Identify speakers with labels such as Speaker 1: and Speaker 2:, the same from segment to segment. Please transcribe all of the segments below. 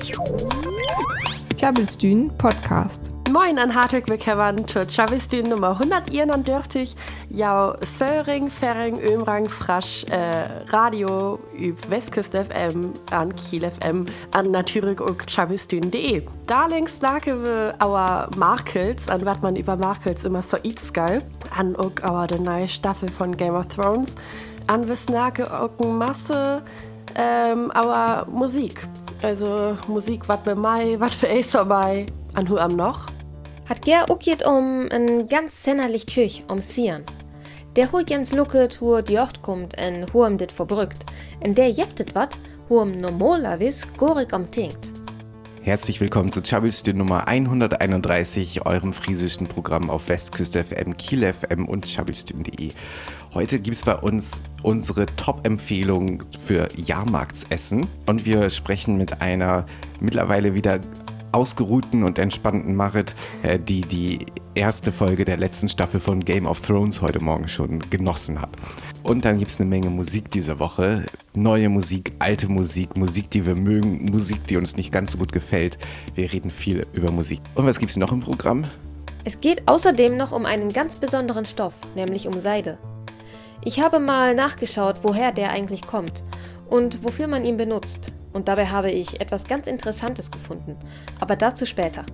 Speaker 1: Tjabelstühn Podcast.
Speaker 2: Moin an hartelijk willkommen zur Tjabelstühn Nummer 131. Jouw Söring, Ferring, Ömrang, Frasch, Radio üb Westküste FM, an Kiel FM, an natürlich auch tjabelstühn.de. Da links lagen wir our Markels, an was man über Markels immer so geil, an auch our die neue Staffel von Game of Thrones, an wir snacken auch eine Masse our Musik. Also Musik, was wir mai, was für eis vorbei, an hu am noch.
Speaker 3: Hat ger ook jet een ganz zennerlich Tüch Sian. Der hoort jens lucket, hoe die Jocht kommt en hoe dit verbrückt. En der jeftet wat, hoe normalerweise gorig tinkt.
Speaker 4: Herzlich willkommen zu Tjabelstühn Nummer 131, eurem friesischen Programm auf Westküste FM, Kiel FM und tjabelstühn.de. Heute gibt es bei uns unsere Top-Empfehlung für Jahrmarktsessen und wir sprechen mit einer mittlerweile wieder ausgeruhten und entspannten Marit, die erste Folge der letzten Staffel von Game of Thrones heute Morgen schon genossen hat. Und dann gibt es eine Menge Musik diese Woche. Neue Musik, alte Musik, Musik, die wir mögen, Musik, die uns nicht ganz so gut gefällt. Wir reden viel über Musik. Und was gibt es noch im Programm?
Speaker 3: Es geht außerdem noch um einen ganz besonderen Stoff, nämlich um Seide. Ich habe mal nachgeschaut, woher der eigentlich kommt und wofür man ihn benutzt. Und dabei habe ich etwas ganz Interessantes gefunden. Aber dazu später.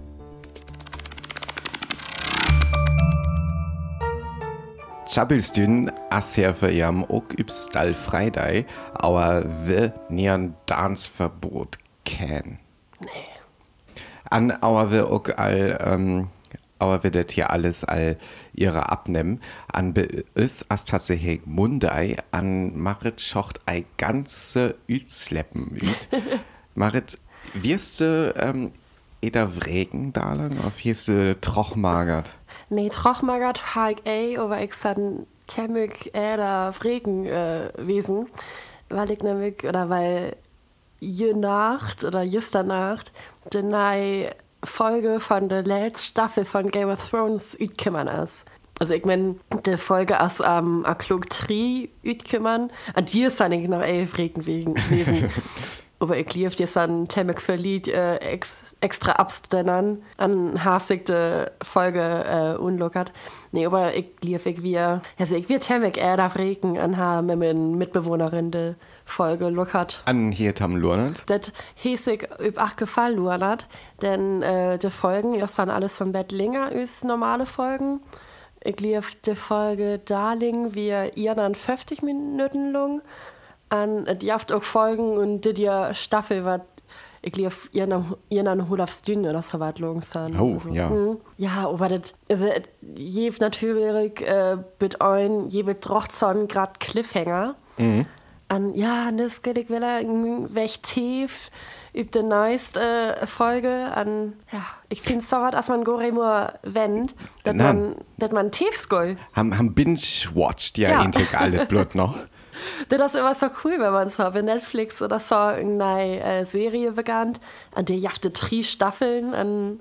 Speaker 4: Tjabelstühn asser för jam och uppstall Freitag, aber wir nähern Danceverbot kennen.
Speaker 2: Nee.
Speaker 4: An aber wir auch aber wir das hier alles all ihre abnehmen. An uns as tatsächlich Mundei, an Marit schocht ei ganze Ütsleppen. Marit, wirst du eder Wregen da lang, oder wirst du trochmagert?
Speaker 2: Nee, trochmagert hag aber ich san temmig da Wregen wesen, weil ich nämlich, oder weil je Nacht oder juster Nacht die neue Folge von der letzten Staffel von Game of Thrones ütkümmern ist. Also ich meine, die Folge aus Klug 3 ütkümmern, an die ist dann noch 11 Regen gewesen. Aber ich lief dir dann temmig verliert extra abstellen an hasigte Folge unlockert. Nee, aber ich lief ich wir temmig da Regen an haben mit meinen Mitbewohnerin die Folge lockert.
Speaker 4: An hier tam Lurnert?
Speaker 2: Das hieß ich üb ach gefallen Lurnert, denn die Folgen ist dann alles von Bett länger als normale Folgen. Ich lief die Folge Darling wir ihr dann 50 Minuten lang. An die habt auch Folgen und die Staffel war ich lief ihr dann Hulafsdünn oder so was langsam.
Speaker 4: Oh,
Speaker 2: also,
Speaker 4: ja.
Speaker 2: Ja, aber das also je natürlich mit ein je mit Rochzon grad Cliffhanger. Mhm. An ja, das geht ich wieder weg tief übt die neueste Folge an ja, ich finde so was, als man Goremur wendet, dass man tiefskoll.
Speaker 4: Haben binge-watched ja alle Blut noch.
Speaker 2: Das ist immer so cool, wenn man so bei Netflix oder so eine Serie begann, an der jafte 3 Staffeln an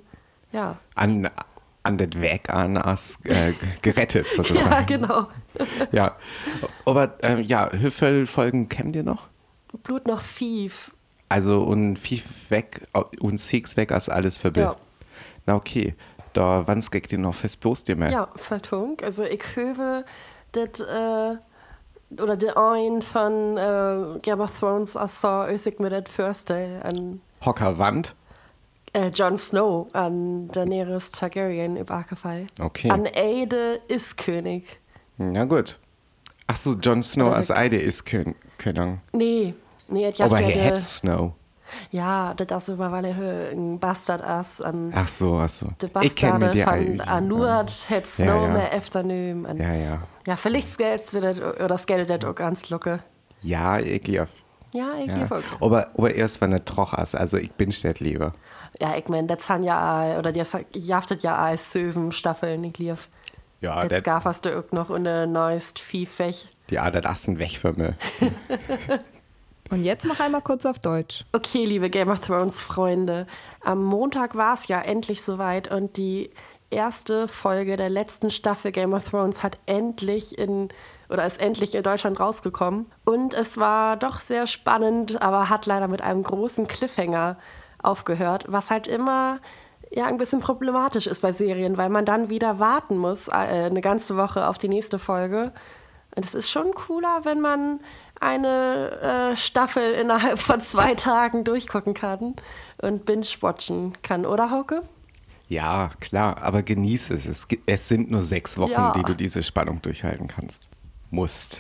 Speaker 4: das Weg an als gerettet sozusagen.
Speaker 2: Ja, genau.
Speaker 4: Ja, aber wie viele Folgen kennt ihr noch?
Speaker 2: Blut noch 5.
Speaker 4: Also und 5 weg und 6 weg als alles verbindet. Ja. Na okay, da wann geht ihr noch fürs Post mehr?
Speaker 2: Ja, Vertung. Also ich höre das oder der ein von Game of Thrones als so ich mir das vorstelle an
Speaker 4: Hockerwand?
Speaker 2: Jon Snow an Daenerys Targaryen übergefallen.
Speaker 4: Okay.
Speaker 2: An Eide ist König.
Speaker 4: Na gut. Ach so, Jon Snow als Eide ist König.
Speaker 2: Nee,
Speaker 4: aber er hat Snow.
Speaker 2: Ja, das ist weil er ein Bastard ist.
Speaker 4: Ach so.
Speaker 2: Der Bastarde von Anuad hat Snow mehr Efternehmen.
Speaker 4: Ja.
Speaker 2: Ja, vielleicht Geld oder das Geld das auch ganz locker.
Speaker 4: Ja, ich lief.
Speaker 2: Ja, ich lief auch.
Speaker 4: Aber erst wenn er troch ist, also ich bin nicht lieber.
Speaker 2: Ja, ich meine, das sind ja, oder die jaftet ja als 7 Staffeln, ich lief.
Speaker 4: Ja,
Speaker 2: das gab es da auch noch eine neuest Vieh weg.
Speaker 4: Ja, das ist ein Weg für mich.
Speaker 1: Und jetzt noch einmal kurz auf Deutsch.
Speaker 2: Okay, liebe Game of Thrones Freunde, am Montag war es ja endlich soweit und die erste Folge der letzten Staffel Game of Thrones ist endlich in Deutschland rausgekommen. Und es war doch sehr spannend, aber hat leider mit einem großen Cliffhanger aufgehört, was halt immer ein bisschen problematisch ist bei Serien, weil man dann wieder warten muss, eine ganze Woche auf die nächste Folge. Und es ist schon cooler, wenn man eine Staffel innerhalb von 2 Tagen durchgucken kann und binge-watchen kann, oder Hauke?
Speaker 4: Ja, klar, aber genieße es. Es sind nur 6 Wochen, die du diese Spannung durchhalten kannst. Musst.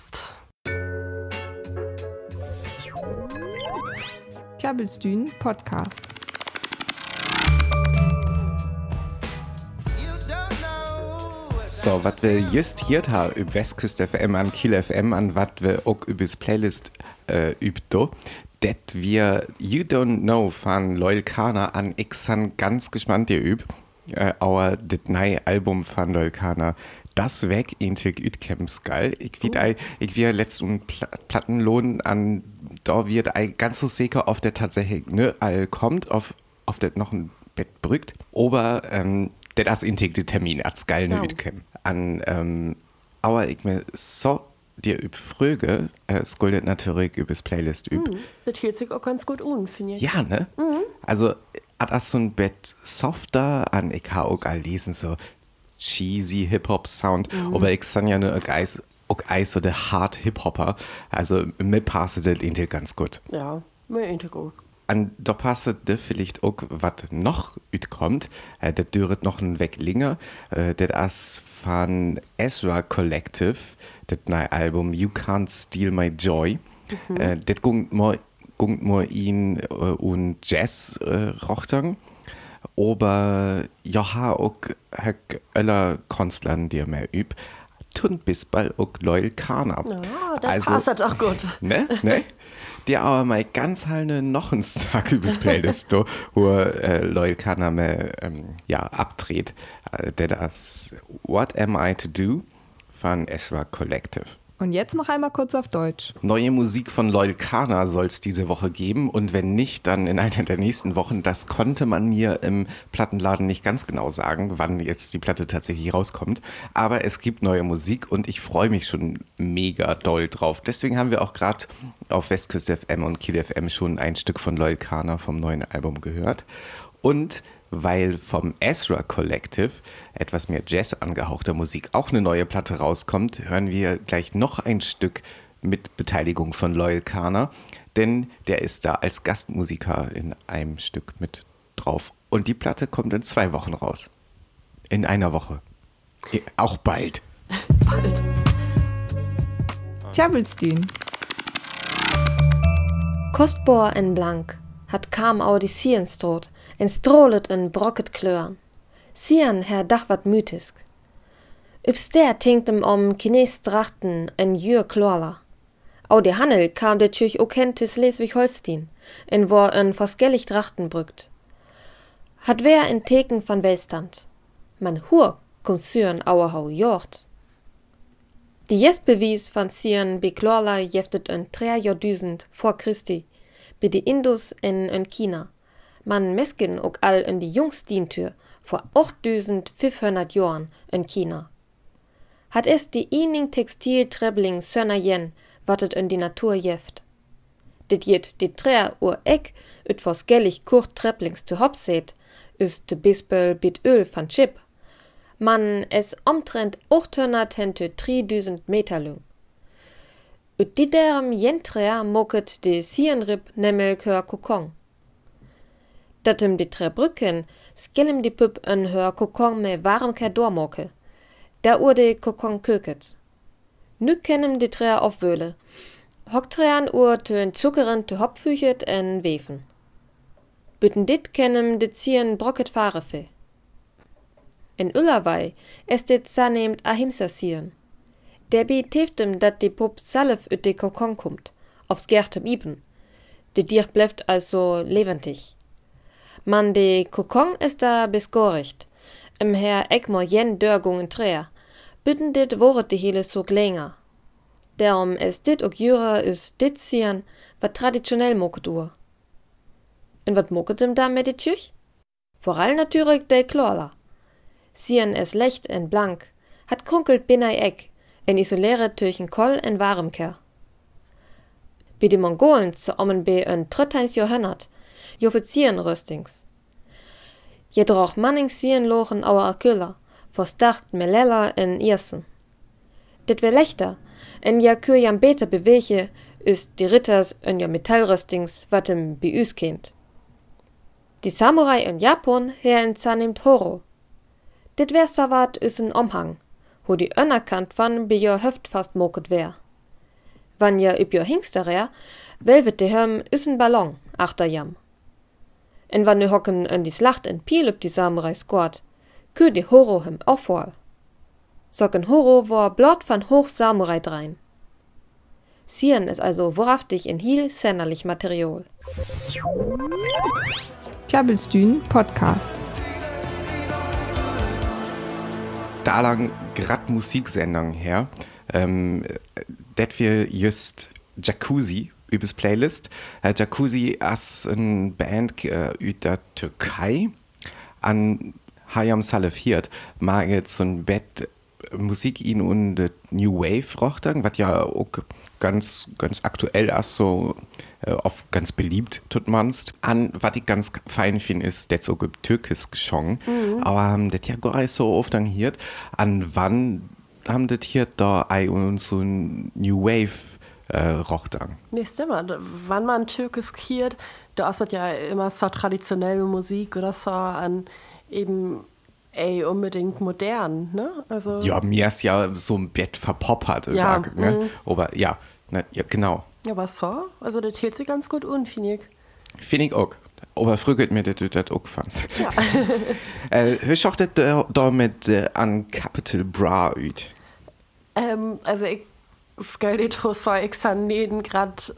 Speaker 1: Tjabelstühn Podcast.
Speaker 4: So, was wir just hier haben über Westküste FM an Kiel FM, an was wir auch über das Playlist übt, das wir You Don't Know von Loyal Kana an. Ich bin ganz gespannt, ihr übt. Aber das neue Album von Loyal Kana, das weg intig Ütkems geil. Ich wir letzten Plattenlohn an, da wird ganz so sicher, auf der tatsächlich all kommt, auf der noch ein Bett brückt. Aber das intig der Termin als geil ne Ütkem. Aber ich mir so dir üb Fröge, skuldet natürlich übers Playlist üb.
Speaker 2: Das hielt sich auch ganz gut finde ich.
Speaker 4: Ja, ne? Also, das so ein Bett softer an, ich habe auch lesen, so cheesy Hip-Hop-Sound, aber ich san ja ne auch so der Hard Hip-Hopper, also mir passt das intel ganz gut.
Speaker 2: Ja, mir intel auch.
Speaker 4: Und da passt das vielleicht auch, was noch kommt. Das düret noch ein Weg länger. Das ist von Ezra Collective, das neue Album You Can't Steal My Joy. Das gungt mal ihn und Jazz rochtern. Aber ja, auch alle Künstler, die mehr übt, tun bis bald auch Loyal Kana.
Speaker 2: Ja, das passt auch gut.
Speaker 4: Ne? Die aber mal ganz halt noch einen Tag übers Playlist, wo Loyal Kana mehr abdreht. Das What Am I to Do von Ezra Collective.
Speaker 1: Und jetzt noch einmal kurz auf Deutsch.
Speaker 4: Neue Musik von Loyal Kana soll es diese Woche geben und wenn nicht, dann in einer der nächsten Wochen. Das konnte man mir im Plattenladen nicht ganz genau sagen, wann jetzt die Platte tatsächlich rauskommt. Aber es gibt neue Musik und ich freue mich schon mega doll drauf. Deswegen haben wir auch gerade auf Westküste FM und Kiel FM schon ein Stück von Loyal Kana vom neuen Album gehört. Und weil vom Ezra Collective etwas mehr Jazz angehauchter Musik auch eine neue Platte rauskommt, hören wir gleich noch ein Stück mit Beteiligung von Loyal Kana, denn der ist da als Gastmusiker in einem Stück mit drauf. Und die Platte kommt in 2 Wochen raus. In einer Woche. Auch bald.
Speaker 2: Bald.
Speaker 1: Tjabelstühn.
Speaker 3: Kostbar en blank, hat kam au die Sierenstrot, en strolet en brocket kleuren. Sieren her dach wat mytisk. Übs der tinktem Chines Drachten en jür klorler. Au de Handel kam de Tschüch o kennt tus Schleswig-Holstein, en wo en forskellig Drachten brückt. Hat wer en Theken van Welstand. Man hur kum Syren auerhau jort. Die Jesbewies van Sieren beklorler jeftet en 3.000 vor Christi, bei de Indus en China. Man mesken ook all in die Jungsdientür vor 8.500 Jahren in China. Hat es die ining Textiltrebling Sönner jen, wattet in die Natur jeft. Dit jet die 3 Uhr Eck, üt was gellig kurt Treblings zu hop seht, ist de Bispel bit Öl van Chip. Man es omtrent 800 hente 3.000 Meter lang. Ut die derm jentrea moket de Sierenrib nemmel hör Kokon. Datem de 3 Brücken skellem die Püpp en hör Kokon me warm ker dormoke. Da de Kokon köket. Nu kennem de 3 aufwöhle. Hoktrean tön Zuckeren te hopfüchet en wefen. Bütten dit kennem de Zieren brocket farefe. In Ullerwei es dit zanehmt ahimsa Sieren. Der bi teftem dat die Pupp salf üt de Kokon kommt, aufs Gertem iben. De Dier bleft also lebendig. Man de Kokon ist da besgoricht. Im Herr Egmor jen Dörgungen träer. Bütten dit woret de hele so länger. Darum es dit og jürer is dit Sieren, wat traditionell moket ur. En wat moket da mit de Tschüch? Vorall natürlich de Klorler. Sieren es lecht en blank, hat krunkelt binnei Eck, en isolere tüchen Koll en Waremker. Bei de Mongolen zu ommen be en 13. Jahrhundert, Joffizierenrüstings. Jedroch manningsien lochen auer Köller, verstärkt Melella in Irsen. Dit wär lechter, en ja kür jam beter bewege, ist die Ritters en ja Metallrüstings, wat im bi üs kennt. Die Samurai in Japan her in zanemt Horo. Dit wär sawat üsen Omhang, wo die anerkannt van bi jo Höft fast moket wär. Wann ja üb jo Hingster wär, welwet de Hörm üsen Ballon, achter jam. En wann ne hocken en die Slacht en Piel üb die Samurai squad, kür die Horo hem auch voll. Socken Horo war blot van hoch Samurai drein. Sieren ist also wahrhaftig in heel sennerlich Material.
Speaker 1: Tjabelstühn Podcast.
Speaker 4: Da lang grad Musiksendung her, det wir just Jacuzzi übers Playlist. Jacuzzi ist eine Band aus der Türkei. An Hayam Salafiert mag jetzt so ein Bett Musik in und New Wave rochten, was ja auch ganz aktuell ist, so oft ganz beliebt, tut man's. An, was ich ganz fein finde, ist, das so türkisch gesungen. Aber das ja gar nicht so oft anhört. An wann haben das hier da und so ein New Wave rochten?
Speaker 2: Nee, stimmt. Wann man türkisch hört, da ist das ja immer so traditionelle Musik oder so an eben unbedingt modern, ne? Also
Speaker 4: ja, mir ist ja so ein Bett verpoppert.
Speaker 2: Ja,
Speaker 4: ne? Aber ja, ne, ja, genau.
Speaker 2: Ja, aber so, also das hält sich ganz gut an, finde ich.
Speaker 4: Finde ich auch. Aber früher geht mir das auch fand.
Speaker 2: Ja.
Speaker 4: Hörst du auch das da mit an Capital Bra üt?
Speaker 2: Also ich skall so ich san neden grad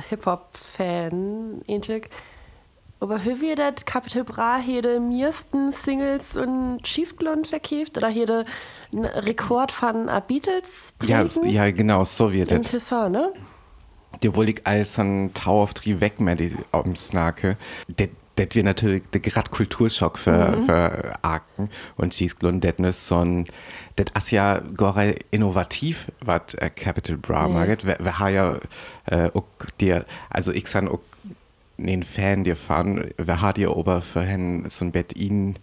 Speaker 2: Hip-Hop-Fan, eigentlich. Aber hör wir das Capital Bra hede meisten Singles und Schießglund verkauft oder hede einen Rekord von Beatles prägen?
Speaker 4: Ja, genau, so wird das.
Speaker 2: Interessant, ne?
Speaker 4: Die wollte ich als ein Tau auf die weg mehr die Snake. Das wird natürlich der grad Kulturschock für Arken und Schießglund, das ist so ein, das ist ja gar innovativ, was Capital Bra maget. Wir haben ja auch dir, also ich san auch einen Fan dir fahren, wer hat ihr aber vorhin so ein Bett ihn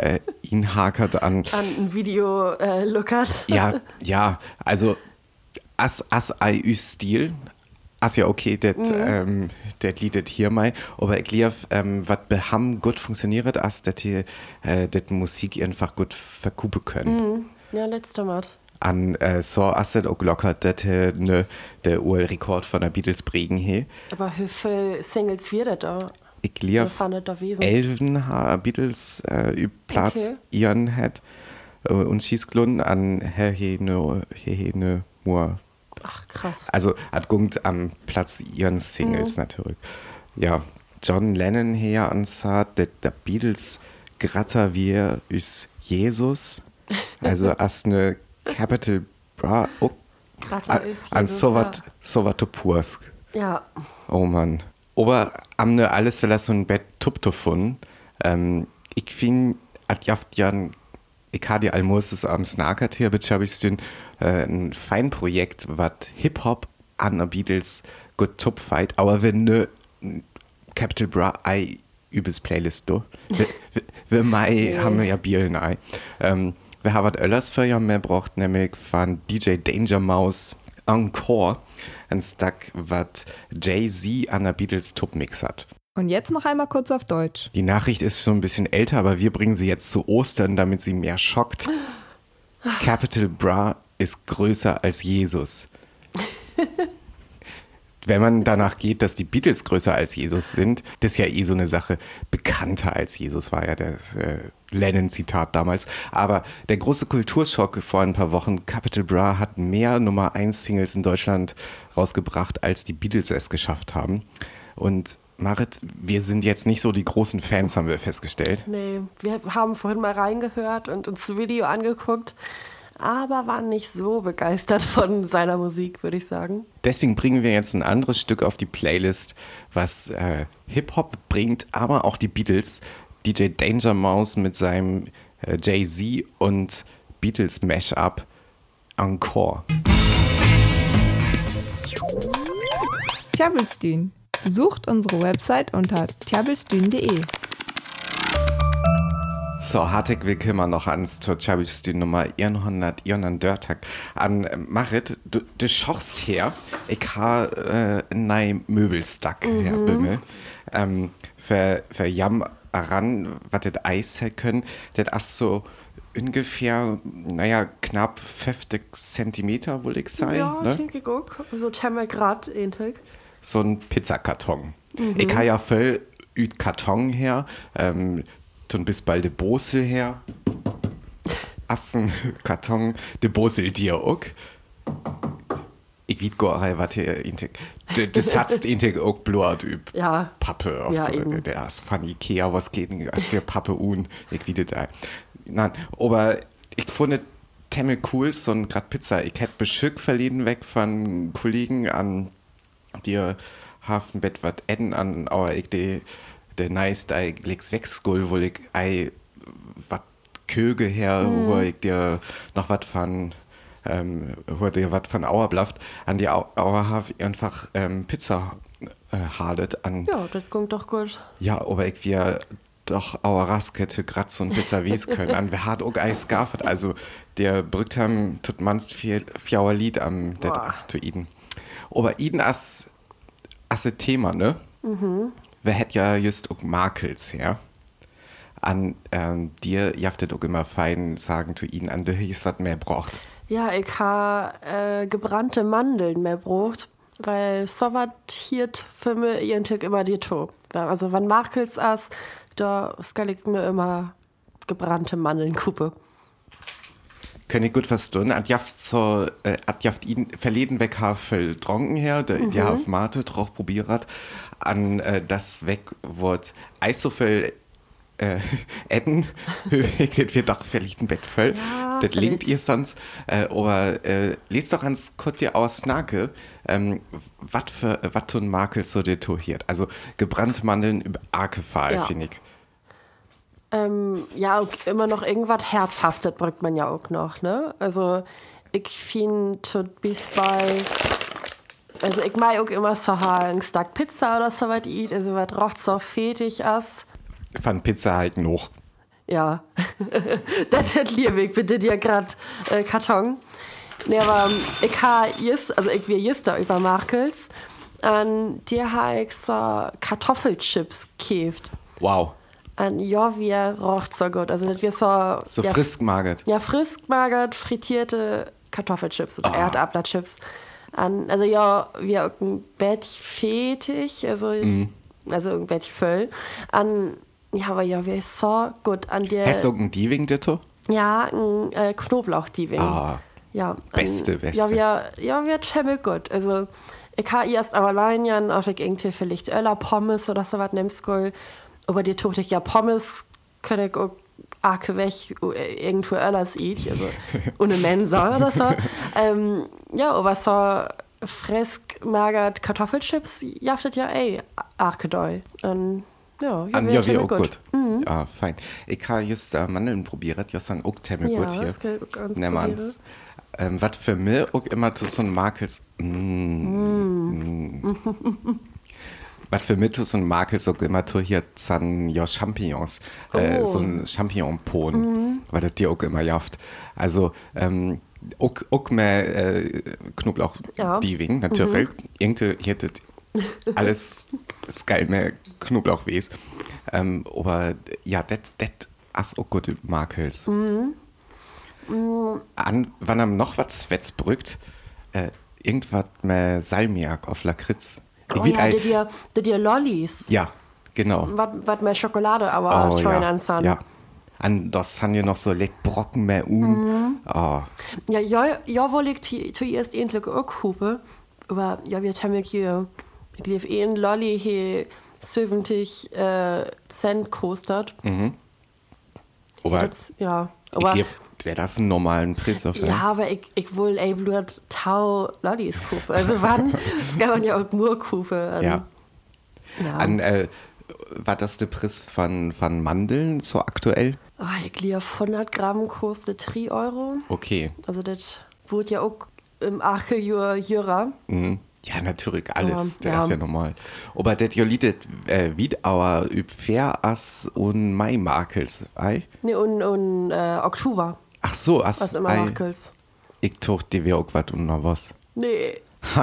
Speaker 4: hakert an
Speaker 2: ein Video lookert.
Speaker 4: Ja, also as Stil, as ja okay, das Lied hier mal, aber ich glaube, was bei ham gut funktioniert, as das hier das Musik einfach gut verkupen können.
Speaker 2: Ja, letzter Mal.
Speaker 4: An so asset auch lockert, dass der Urrekord von der Beatles prägen he.
Speaker 2: Aber wie viele Singles wird das da?
Speaker 4: Ich glaube, 11 Beatles Platz ihren hat und Schießglund an Hehene Moor.
Speaker 2: Ach, krass.
Speaker 4: Also hat gungt am Platz ihren Singles natürlich. Ja, John Lennon her ansat, der Beatles gratter wir ist Jesus. Also as ne Capital Bra an Sovatopursk.
Speaker 2: Ja.
Speaker 4: Oh Mann. Aber amne alles, weil das so ein Bett Tuptofun. Ich finde, ich hatte almost am Snarkert hier, bitte habe ich ein Feinprojekt, was Hip-Hop an der Beatles gut tupfeit, aber wenn ne Capital Bra übers Playlist do. Wir Mai haben wir ja Bielen ei. Wir haben was Öllers für ja mehr braucht, nämlich von DJ Danger Mouse Encore, ein Stack, was Jay-Z an der Beatles Top-Mix hat.
Speaker 1: Und jetzt noch einmal kurz auf Deutsch.
Speaker 4: Die Nachricht ist schon ein bisschen älter, aber wir bringen sie jetzt zu Ostern, damit sie mehr schockt. Capital Bra ist größer als Jesus. Wenn man danach geht, dass die Beatles größer als Jesus sind, das ist ja so eine Sache. Bekannter als Jesus war ja das Lennon-Zitat damals. Aber der große Kulturschock vor ein paar Wochen, Capital Bra hat mehr Nummer 1 Singles in Deutschland rausgebracht, als die Beatles es geschafft haben. Und Marit, wir sind jetzt nicht so die großen Fans, haben wir festgestellt.
Speaker 2: Nee, wir haben vorhin mal reingehört und uns das Video angeguckt, aber waren nicht so begeistert von seiner Musik, würde ich sagen.
Speaker 4: Deswegen bringen wir jetzt ein anderes Stück auf die Playlist, was Hip-Hop bringt, aber auch die Beatles. DJ Danger Mouse mit seinem Jay-Z und Beatles Mashup Encore.
Speaker 1: Tjabelstühn, Besucht unsere Website unter tjabelstühn.de.
Speaker 4: So, hartlich willkommen noch ans zur Chabelstühn Nummer 131 an Marit. Du schochst her, ich habe einen neuen Möbelstack her, Bimmel. Für Jam ran, was das Eis her können, das ist so ungefähr, knapp 50 Zentimeter, würde ich sagen.
Speaker 2: Ja,
Speaker 4: ne?
Speaker 2: denke ich auch. Also 10 Grad ähnlich.
Speaker 4: So ein Pizzakarton. Ich habe ja voll üt Karton her, tun bis bald de Bosel her. Assen Karton, de Bosel dir auch. Ich weet gar nicht, was hier intek. Das hat's intek auch blut üb.
Speaker 2: Ja.
Speaker 4: Pappe auf
Speaker 2: Ja,
Speaker 4: so,
Speaker 2: eben.
Speaker 4: der ist von Ikea, was geht denn aus der Pappe un? Ich weet da. Nein, aber ich fand es ziemlich cool, so ein grad Pizza. Ich hätte Beschück verleden weg von Kollegen an dir Hafenbett wat essen an, aber ich der nice, ich leg's weg, wo ich wat Köge her, wo ich dir noch wat von wo dir wat von Auer blafft, an die Auerhaft einfach Pizza hadet an.
Speaker 2: Ja, das klingt doch gut.
Speaker 4: Ja, aber ich wir doch Auer Raskette grad so ein Pizza wies können. An wer hat auch Eis gaffet, also der brückt ham tut manst viel fjauer Lied am
Speaker 2: Boah.
Speaker 4: zu Iden. Aber Iden as Thema, ne? Wer hätt ja just auch Makels her. An dir jaftet auch immer fein sagen zu ihnen, an der hieß was mehr braucht.
Speaker 2: Ja, ich habe gebrannte Mandeln mehr braucht, weil so was hier für mich jeden immer die to. Also wenn Markels as, da skal ich mir immer gebrannte Mandeln kuppe.
Speaker 4: Kann ich gut verstehen. Adjaft ihn verleden weg Havel tronken her, der Haf Mate troch probiert an das weg wird Eis so viel Etten, das wird doch vielleicht ein Bett voll.
Speaker 2: Ja,
Speaker 4: das
Speaker 2: vielleicht.
Speaker 4: linkt ihr sonst. Aber lest doch ans Kott dir aus Nake, was für ein Makel so detohiert. Also gebrannte Mandeln über Arkefahl,
Speaker 2: Ja.
Speaker 4: finde ich.
Speaker 2: Ja, auch immer noch irgendwas Herzhaftes bringt man ja auch noch, ne? Also, ich finde, tut bis bei. Also, ich mag auch immer so ein Stück Pizza oder so was eat, also was rocht so fettig ist.
Speaker 4: Von Pizza halt noch.
Speaker 2: Ja, das hat Liebig, bitte dir grad Karton. Ne, aber ich habe just, also ich will just da über Markels, und dir habe ich so Kartoffelchips gekauft.
Speaker 4: Wow.
Speaker 2: Und ja, wie rocht so gut. Also das wird so ja,
Speaker 4: frisch gemagert.
Speaker 2: Ja, frisch gemagert, frittierte Kartoffelchips oder Erdäpfelchips. Und also ja, wie auch ein Bett fettig, also ein Bett voll. Und ja, aber ja, wie ist so gut an der.
Speaker 4: Hast du auch ein Diving ditto?
Speaker 2: Ja, ein Knoblauch-Diving.
Speaker 4: Ah,
Speaker 2: ja,
Speaker 4: beste.
Speaker 2: Ja, wir schemmel gut. Also, ich habe erst aber allein, auf ich irgendwie vielleicht Öller Pommes oder so was nimmst soll. Aber die tue ich ja Pommes, kann ich auch arke weg, irgendwo Öllers eat, also ohne Mensa oder so. Ja, aber so frisch magert Kartoffelchips, jaftet ja arke doll. Ja,
Speaker 4: An ja, wie auch
Speaker 2: gut.
Speaker 4: gut. Ja, fein. Ich habe just Mandeln probiert, ja, sind auch ziemlich
Speaker 2: Ja,
Speaker 4: gut hier.
Speaker 2: das kann ich auch ganz
Speaker 4: Nehmans. Was für mich auch immer so ein Makels. Was für mich so ein Makels auch immer hier sind ja Champignons. So ein Champignonpon, weil das dir auch immer jaft. Also, auch mehr Knoblauch-Diving, natürlich. Irgendwie hätte alles ist geil, mehr Knoblauch wes. Aber ja, das ist auch gut Makels. Wann am noch was Wetzbrückt, irgendwas mehr Salmiak auf Lakritz.
Speaker 2: Oh ja, die dir Lollis.
Speaker 4: Ja, genau.
Speaker 2: Was mehr Schokolade, aber schon
Speaker 4: ja.
Speaker 2: anzahn.
Speaker 4: Ja. An das haben ja noch so leck Brocken mehr Oh.
Speaker 2: Ja, wohl ich zuerst endlich auch kupe, aber ja, wir haben hier, ich lief ein Lolli hier 70 Cent kostet.
Speaker 4: Aber
Speaker 2: Das, ja, aber
Speaker 4: das ist einen normalen Preis.
Speaker 2: ja, aber ich will blut Tau Lollis kupe. Also wann? Das kann man ja auch nur kupe.
Speaker 4: Ja.
Speaker 2: Ja.
Speaker 4: War das der Preis von Mandeln so aktuell?
Speaker 2: Oh, ich lief 100 Gramm kostet 3 €.
Speaker 4: Okay.
Speaker 2: Also das wurde ja auch im Arche Jura.
Speaker 4: Ja, natürlich, alles,
Speaker 2: Ja,
Speaker 4: das ist ja normal. Aber das ja liedet Wiedauer üb fair as und Mai Makels, ei?
Speaker 2: Nee, und Oktober,
Speaker 4: Ach so,
Speaker 2: was immer
Speaker 4: ei.
Speaker 2: Markels.
Speaker 4: Ich tucht die wir auch was und noch was.
Speaker 2: Nee.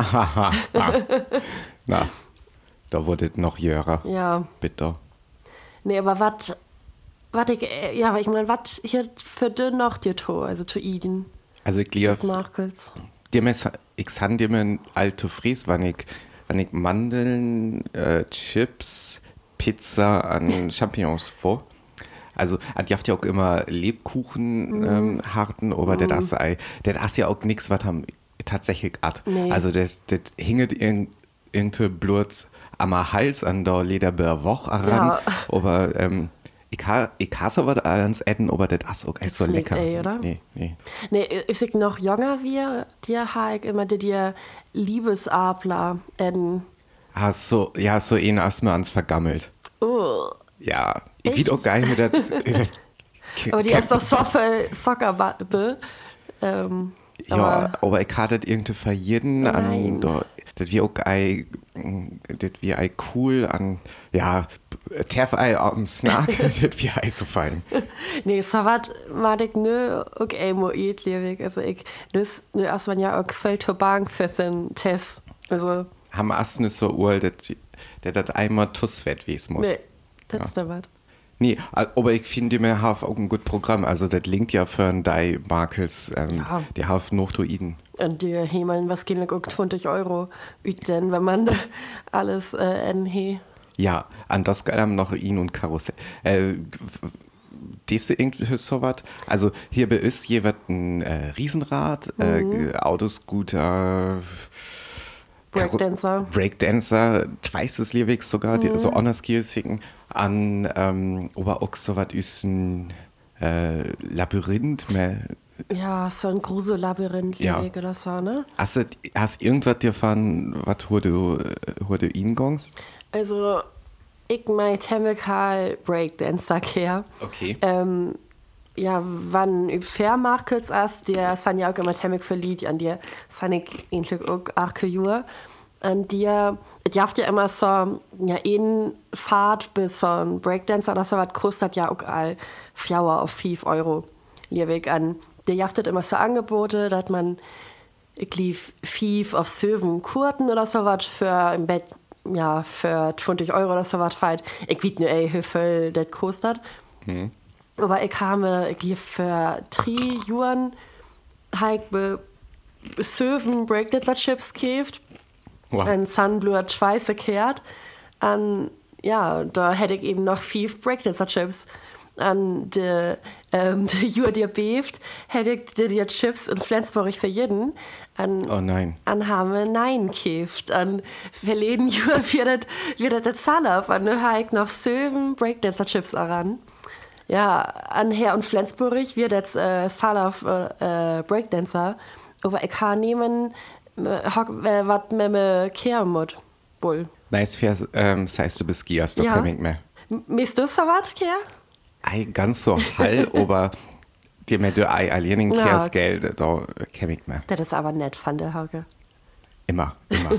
Speaker 4: Na, da wurde es noch jörer.
Speaker 2: Ja.
Speaker 4: Bitte.
Speaker 2: Nee, aber was ich meine, was hier für den noch dir to, also zu Iden,
Speaker 4: Also ich glaube,
Speaker 2: Markels.
Speaker 4: ich san dir mir alte Fries, wann ich Mandeln, Chips, Pizza an Champignons vor. Also, an habt ja auch immer Lebkuchen harten, aber das ist ja auch nichts, was haben tatsächlich hat.
Speaker 2: Nee.
Speaker 4: Also, das hinget irgendwie Blut am Hals an der Lederbär Woch ran,
Speaker 2: Ja.
Speaker 4: aber ich hasse aber alles essen, aber das ist auch echt so
Speaker 2: schmeckt
Speaker 4: lecker.
Speaker 2: oder?
Speaker 4: Nee.
Speaker 2: Nee, ist ich noch jünger wie dir, habe ich immer dir Liebesabler
Speaker 4: So ein Asthma ans vergammelt.
Speaker 2: Oh.
Speaker 4: Ja, ich
Speaker 2: Echt?
Speaker 4: weiß auch gar nicht mehr, das.
Speaker 2: Aber die ist doch so viel Soccerbe.
Speaker 4: Ja, aber ich hatte das irgendwie für jeden
Speaker 2: Nein.
Speaker 4: das wie auch cool an, ja, Terfei am Snack, das wie so fein.
Speaker 2: Nee, so was war ich nö, okay, moit, liebig. Also ich, das, nö, erst man ja auch fällt zur Bank für den Test. Also,
Speaker 4: Haben erst nicht so url, das einmal Tussfett wies muss.
Speaker 2: nee, das ist da was.
Speaker 4: Nee, aber ich finde, die haben auch ein gutes Programm. Also, das linkt ja für ein Dai Markels,
Speaker 2: Ja.
Speaker 4: die haben noch zu Iden.
Speaker 2: Und die Hemeln, was gehen auch 20 Euro, denn wenn man alles he.
Speaker 4: Ja, an das haben noch ihn und Karussell. Diese irgendwie so was? Also hier bei uns jeweils ein Riesenrad, Autoscooter, Breakdancer, zweites Liebig sogar, die, so Honor-Skills an, aber auch so was ist ein Labyrinth, mehr.
Speaker 2: Ja, so ein Grusel-Labyrinth,
Speaker 4: Ja.
Speaker 2: liebig oder so, ne?
Speaker 4: Hast irgendwas dir von, was du ihn gongst?
Speaker 2: Also, ich mein Chemical Breakdancer her.
Speaker 4: Okay.
Speaker 2: Ja, wann Fairmarkets erst, der sind ja auch immer ziemlich verliebt an dir, sind ich eigentlich auch arke Jahre. An dir, es habt ja immer so, ja, Fahrt bis so ein Breakdancer oder so was kostet ja auch all 4 auf 5 Euro. Liebig an, der jaftet immer so Angebote, dass man, ich lief 5 auf 7 Kurten oder so was für im Bett, ja, für 20 Euro oder so was feit. Ich weiß nur, wie viel das kostet. Aber ich lief für 3 Jahren, habe ich 7 Breakdancer-Chips gekauft.
Speaker 4: Wow.
Speaker 2: Ein Sunblood Schweiße kehrt. Und ja, da hätte ich eben noch 5 Breakdancer-Chips. An de Jür dir beeft, hätte ich die Chips in Flensburg für jeden.
Speaker 4: Oh nein.
Speaker 2: An haben Nein gekauft. An verleden Jür wird das Zahler. An habe ich noch 7 Breakdancer-Chips daran. Ja, an Herr und Flensburg wird jetzt Zahler Breakdancer. Aber ich kann nehmen, was mit mir kehren muss. Bull.
Speaker 4: Nice, heißt du bist Gias, da
Speaker 2: Ja.
Speaker 4: kann ich mehr.
Speaker 2: Misst du so was, Kehr?
Speaker 4: Ei, ganz so hall, aber die mit der Ei alleining
Speaker 2: Ja,
Speaker 4: Kers
Speaker 2: okay.
Speaker 4: Geld, da kenn ich mehr.
Speaker 2: Das ist aber nett, fand der Hauke.
Speaker 4: Immer.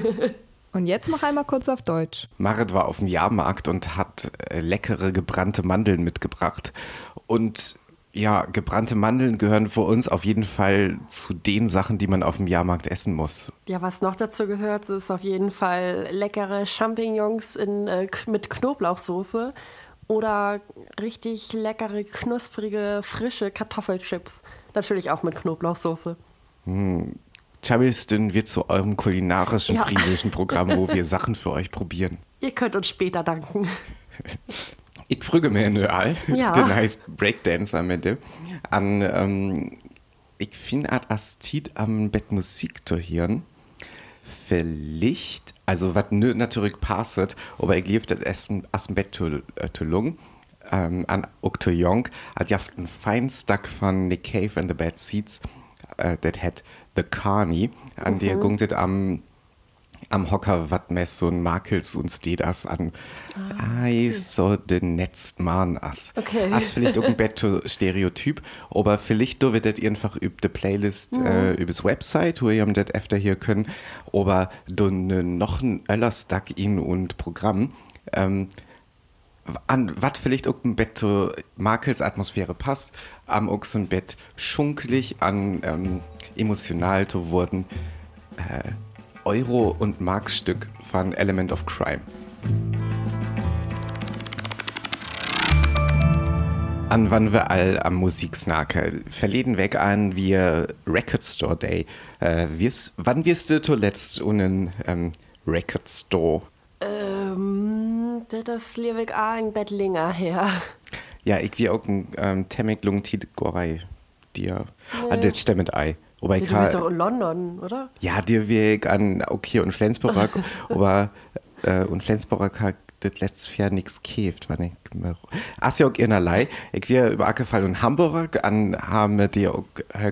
Speaker 1: Und jetzt noch einmal kurz auf Deutsch.
Speaker 4: Marit war auf dem Jahrmarkt und hat leckere gebrannte Mandeln mitgebracht. Und ja, gebrannte Mandeln gehören für uns auf jeden Fall zu den Sachen, die man auf dem Jahrmarkt essen muss.
Speaker 2: Ja, was noch dazu gehört, ist auf jeden Fall leckere Champignons mit Knoblauchsoße oder richtig leckere, knusprige, frische Kartoffelchips. Natürlich auch mit Knoblauchsoße.
Speaker 4: Chabistin wird zu eurem kulinarischen
Speaker 2: Ja.
Speaker 4: friesischen Programm, wo wir Sachen für euch probieren.
Speaker 2: Ihr könnt uns später danken.
Speaker 4: Ich frage mir nur all,
Speaker 2: Ja.
Speaker 4: den heißt Breakdancer mit dem. Ich finde Astit am Bett Musik zu hören. Vielleicht, also was natürlich passet, aber ich lief das erst aus dem Bett zu lung. An Okto Young hat ja einen feinen Stuck von Nick Cave and the Bad Seeds, that had The Carney, an der gungt am am Hocker, wat mes so ein Makels und steht as an. Okay. So den netzt man as.
Speaker 2: Okay.
Speaker 4: As vielleicht auch ein Stereotyp, aber vielleicht du wird das einfach über die Playlist, übers Website, wo ihr das öfter hier können, aber du noch ein Öllerstack in und Programm, an was vielleicht auch ein Bett zu Makels Atmosphäre passt, am auch so ein Bett schunkelig an emotional zu wurden, Euro- und Markstück von Element of Crime. An wann wir all am Musik snacken. Verleden weg an wir Record Store Day. Wann wirst du zuletzt einen Record Store?
Speaker 2: Das liewig ein Bett länger her.
Speaker 4: Ja, ich wie auch ein Temmig Lungtit Gorei dir. Nee. Das stimmt ei.
Speaker 2: Du bist doch in London, oder?
Speaker 4: Ja, dir Weg an okay und Flensburg, aber und Flensburg hat das letztes Jahr nichts käft, wann ich mir. Ach ja, auch innerlei. Ich wir über Ackefall und Hamburg an haben die auch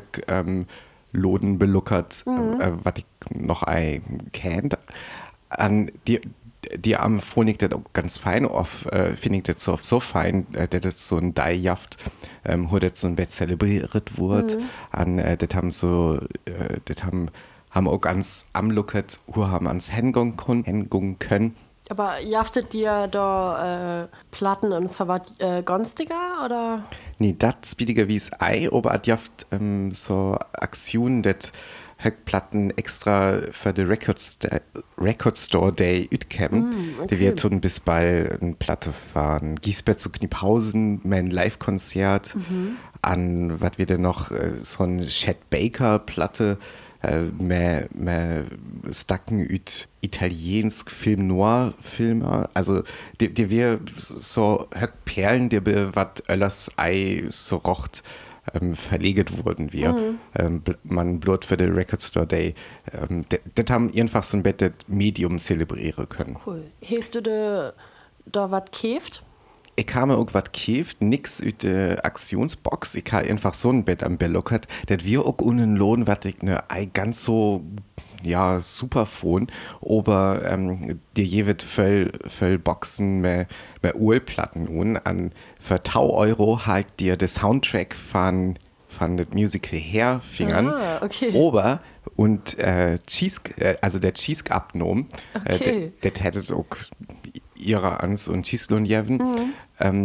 Speaker 4: Loden beluckert, was ich noch kennt. An die am Phonik das auch ganz fein auf, finde ich das so fein, der das so ein Deijaft, wo das so ein Bett zelebriert wurde. An das haben so, das haben auch ganz am Lookert, wo haben ans Hängung können.
Speaker 2: Aber jaftet dir da Platten und so was günstiger, oder?
Speaker 4: Nee, das billiger wie es Ei, aber hat jaft so Aktionen, das Platten extra für den Record Store Day utkämmen. Okay. Die wir tun bis bald eine Platte fahren. Giesbett zu Kniphausen, mein Live-Konzert. An, was wir denn noch, so ein Chet Baker Platte, mehr Stacken üt italiensk Film Noir Filmer. Also, die wir so Perlen, die wir wat Öllers Ei so rocht, verlegt wurden wir. Man blut für den Record Store Day. Das haben einfach so ein Bett Medium zelebrieren können.
Speaker 2: Cool. Hast du da was käft?
Speaker 4: Ich habe auch was käft, nix mit der Aktionsbox. Ich habe einfach so ein Bett am Belockert, das wir auch ohne Lohn, was ich ne ganz so ja super von, aber dir je wird voll Boxen mehr Urplatten und an für 1.000 Euro halt dir der Soundtrack von das Musical Hair fingern.
Speaker 2: Okay.
Speaker 4: Aber und Cheese, also der Cheese abgenommen,
Speaker 2: okay.
Speaker 4: der hätte auch ihrer Ans und Cheeselon jeven.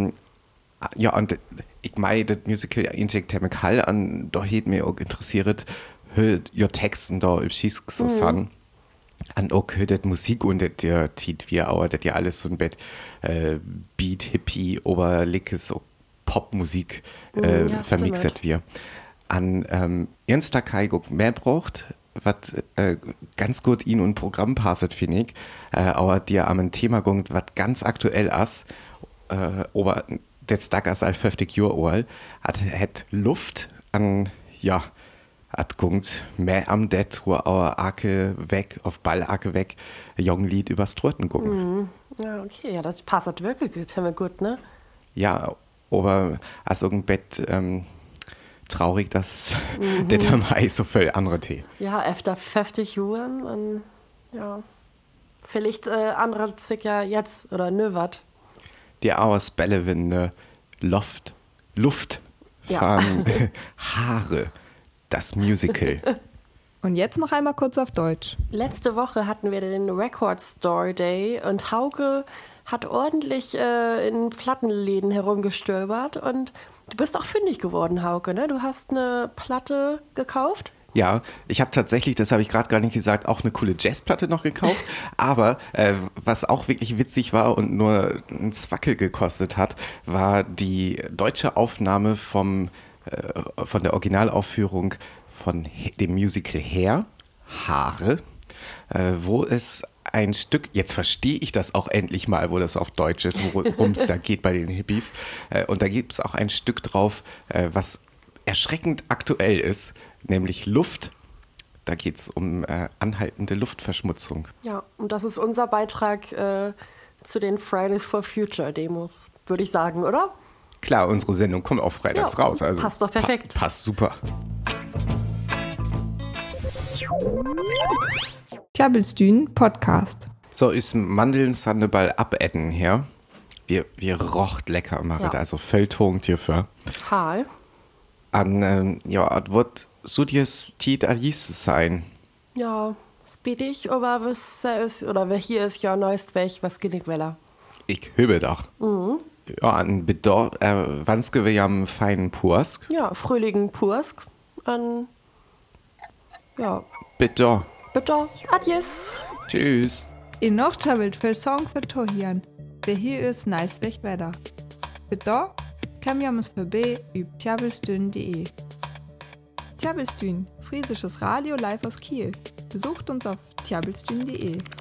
Speaker 4: Ja, und ich meine, das Musical Inject Chemical an, da hätte mir auch interessiert, ihr Texten da über Cheese so san. Und auch das Musik und das Tiet wir auch, das ja alles so ein Bett Beat, Hippie, Oberlickes, so Popmusik vermixet wir. An ernster Kai mehr braucht, was ganz gut in und Programm passet, finde ich, aber dir am Thema gungt, was ganz aktuell ist, aber das Tag ist als 50 Jahre alt, hat Luft an, ja, hat gungt mehr am Det, wo auch Arke weg, auf Ballacke weg, Jonglied übers Trotten gucken.
Speaker 2: Ja, okay, ja, das passt wirklich gut, ne?
Speaker 4: Ja, aber als irgendein Bett, traurig, dass das haben wir so viel andere Tee.
Speaker 2: Ja, efter 50 Jahren und ja, vielleicht andere Zicker jetzt oder nö wat.
Speaker 4: Die Auers Bälle, wenn Luft fahren, Haare, das Musical.
Speaker 1: Und jetzt noch einmal kurz auf Deutsch.
Speaker 2: Letzte Woche hatten wir den Record Store Day und Hauke hat ordentlich in Plattenläden herumgestöbert und du bist auch fündig geworden, Hauke, ne? Du hast eine Platte gekauft?
Speaker 4: Ja, ich habe tatsächlich, das habe ich gerade gar nicht gesagt, auch eine coole Jazzplatte noch gekauft. Aber was auch wirklich witzig war und nur ein Zwackel gekostet hat, war die deutsche Aufnahme von der Originalaufführung von dem Musical Hair, Haare, wo es ein Stück, jetzt verstehe ich das auch endlich mal, wo das auf Deutsch ist, worum es da geht bei den Hippies. Und da gibt es auch ein Stück drauf, was erschreckend aktuell ist, nämlich Luft. Da geht es um anhaltende Luftverschmutzung.
Speaker 2: Ja, und das ist unser Beitrag zu den Fridays for Future Demos, würde ich sagen, oder?
Speaker 4: Klar, unsere Sendung kommt auch freitags raus. Also
Speaker 2: passt doch perfekt.
Speaker 4: Passt super.
Speaker 1: Tjabelstühn Podcast.
Speaker 4: So ist Mandeln Sandeball abedden her. Wir rocht lecker machen,
Speaker 2: Ja.
Speaker 4: also Feldtung hierfür.
Speaker 2: Hal.
Speaker 4: An, es wird so dies Tiet alles sein.
Speaker 2: Ja, speedig, aber was ist, oder wer hier ist, ja, neuest weg, was geht nicht weller.
Speaker 4: Ich höbe doch. Ja, an Bedor, wannske wir am feinen Pursk.
Speaker 2: Ja, fröhlichen Pursk. Ja,
Speaker 4: Bedor.
Speaker 2: bitte, adies.
Speaker 4: Tschüss.
Speaker 1: In noch tjabelt für Song für Tohian. Der hier ist nice weg weiter. Bitte, kam jamus vorbei über tjabelstühn.de. Tjabelstühn, friesisches Radio live aus Kiel. Besucht uns auf tjabelstühn.de.